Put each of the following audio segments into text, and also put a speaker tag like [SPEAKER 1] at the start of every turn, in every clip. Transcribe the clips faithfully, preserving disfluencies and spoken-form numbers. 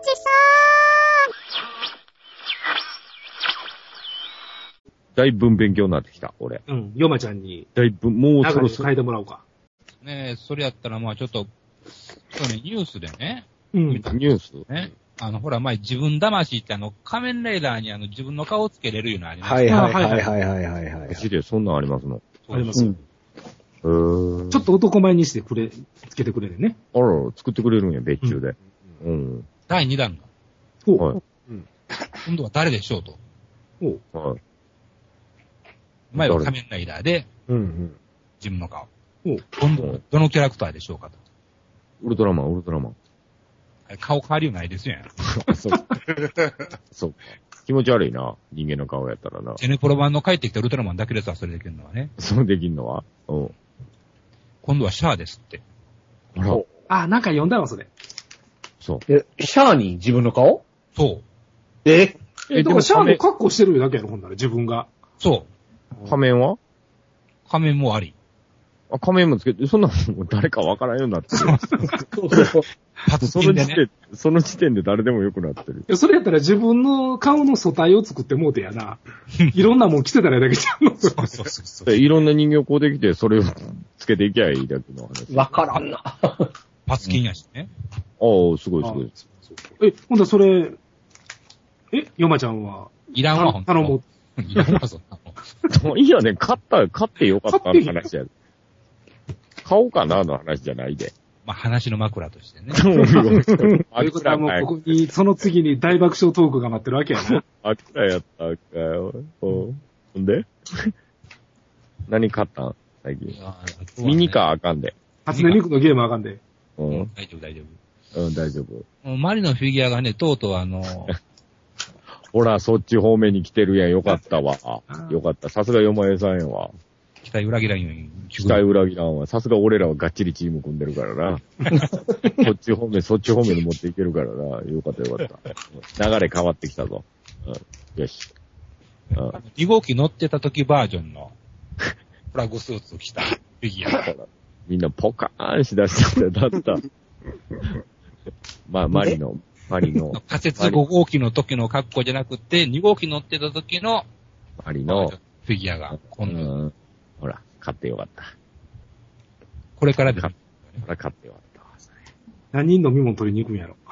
[SPEAKER 1] さ
[SPEAKER 2] ー。だいぶ勉強になってきた、俺。
[SPEAKER 3] うん、ヨマちゃんに。
[SPEAKER 2] だいぶ、もうそろそろ。
[SPEAKER 3] 変えてもらおうか。
[SPEAKER 4] ねえ、それやったらまあちょっと、そうね、ニュースでね。
[SPEAKER 3] うん。
[SPEAKER 2] ニュース
[SPEAKER 4] ね。あの、ほら、前、自分魂ってあの、仮面ライダーにあの、自分の顔をつけれるようなあります
[SPEAKER 5] はいはいはいはいはいはいはい。
[SPEAKER 2] マジでそんなんありますの？
[SPEAKER 3] ありますよ。
[SPEAKER 2] うーん。
[SPEAKER 3] ちょっと男前にしてくれ、つけてくれるね。
[SPEAKER 2] あら、作ってくれるんや、別注で。うん。うん、
[SPEAKER 4] だいにだんが。
[SPEAKER 3] お
[SPEAKER 2] はい。
[SPEAKER 4] 今度は誰でしょうと。
[SPEAKER 3] お
[SPEAKER 2] はい。
[SPEAKER 4] 前は仮面ライダーで、
[SPEAKER 5] うんうん。
[SPEAKER 4] 自分の顔。
[SPEAKER 3] お
[SPEAKER 4] 今度はどのキャラクターでしょうかと。
[SPEAKER 2] ウルトラマン、ウルトラマン。
[SPEAKER 4] 顔変わりようないですよ。
[SPEAKER 2] そう。そう。気持ち悪いな。人間の顔やったらな。
[SPEAKER 4] ジェネプロ版の帰ってきたウルトラマンだけですわ、それできるのはね。
[SPEAKER 2] そうできんのはうん。
[SPEAKER 4] 今度はシャアですって。
[SPEAKER 2] あら。
[SPEAKER 3] あ、なんか読んだわ、それ。
[SPEAKER 2] そう。
[SPEAKER 5] え、シャアに自分の顔？
[SPEAKER 4] そう。
[SPEAKER 5] え
[SPEAKER 3] え、だからシャアの格好してるだけやろ、ほんなら、自分が。
[SPEAKER 4] そう。
[SPEAKER 2] 仮面は
[SPEAKER 4] 仮面もあり。
[SPEAKER 2] あ、仮面もつけて、そんなもう誰かわからんようになってる。
[SPEAKER 4] 初
[SPEAKER 2] その時点、その時点で誰でもよくなってる。
[SPEAKER 3] いや、それやったら自分の顔の素体を作ってもうてやな。いろんなもん着てたらだけじゃん。
[SPEAKER 4] そうそうそうそう。
[SPEAKER 2] いろんな人形こうできて、それをつけていきゃいいだけの話。
[SPEAKER 5] わからんな。
[SPEAKER 4] パツキンやしね。
[SPEAKER 2] ああ、すごいすごい。
[SPEAKER 3] え、ほんだらそれ、え、ヨマちゃんは、
[SPEAKER 4] いらんわ、ほんと。
[SPEAKER 3] 頼む。
[SPEAKER 4] いらんわ、そんなもん。
[SPEAKER 2] いやね、買った、買ってよかったの話や。買おうかなの話じゃないで。
[SPEAKER 4] まあ、話の枕としてね。
[SPEAKER 3] ということはもうここに、その次に大爆笑トークが待ってるわけやな。
[SPEAKER 2] あきらやったかよ。ほんで何買ったん最近。ミニカーあかんで。
[SPEAKER 3] 初音ミクのゲームあかんで。
[SPEAKER 2] うん。
[SPEAKER 4] 大丈夫、大丈夫。
[SPEAKER 2] うん、大丈夫。
[SPEAKER 4] もうマリのフィギュアがね、とうとうあの、
[SPEAKER 2] ほら、そっち方面に来てるやん。よかったわ。よかった。さすがよまえさんやわ。
[SPEAKER 4] 期待裏切らんように。
[SPEAKER 2] 期待裏切らんわ。さすが俺らはがっちりチーム組んでるからな。そっち方面、そっち方面に持っていけるからな。よかったよかった。流れ変わってきたぞ。うん、よし。うん、
[SPEAKER 4] に号機乗ってた時バージョンの、フラグスーツを着たフィギュア。
[SPEAKER 2] みんなポカーンしだしたんだった。まあ、マリの、マリの。
[SPEAKER 4] 仮設ご号機の時の格好じゃなくて、に号機乗ってた時の、
[SPEAKER 2] マリの、
[SPEAKER 4] フィギュアが、今度、
[SPEAKER 2] うん。ほら、買ってよかった。
[SPEAKER 4] これからで、
[SPEAKER 2] ほら、買ってよかった。
[SPEAKER 3] 何人飲み物取りに行くんやろ。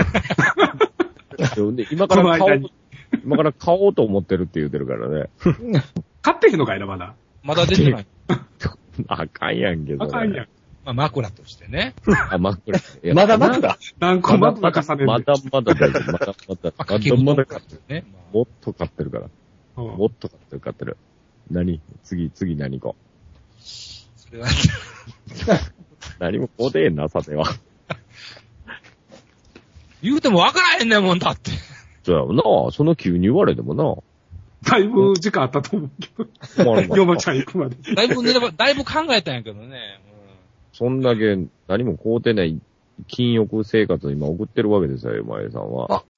[SPEAKER 2] で今から買おう、今から買おうと思ってるって言うてるからね。
[SPEAKER 3] 買ってへんのかいな、まだ。
[SPEAKER 4] まだ出てない。
[SPEAKER 2] あかんやんけど、ね。
[SPEAKER 3] あかんやん。
[SPEAKER 4] まあ、枕としてね。
[SPEAKER 2] あ、枕。
[SPEAKER 5] まだ枕
[SPEAKER 3] 何個枕重ねる
[SPEAKER 2] まだまだ大丈夫。まだまだ。まだまだ買ってる。
[SPEAKER 4] ね。
[SPEAKER 2] もっと買ってるから。
[SPEAKER 3] うん、
[SPEAKER 2] もっと買ってる、買ってる。何次、次何個
[SPEAKER 4] それは、
[SPEAKER 2] 何もこうでえんな、さては。
[SPEAKER 4] 言うても分からへんねんもんだって。
[SPEAKER 2] そうやなその急に言われてもな
[SPEAKER 3] だいぶ時間あったと思うけど。ヨマちゃん行くまで。
[SPEAKER 4] だいぶね、だいぶ考えたんやけどね。うん、
[SPEAKER 2] そんだけ何も買うてない禁欲生活を今送ってるわけですよ、前さんは。
[SPEAKER 5] あ、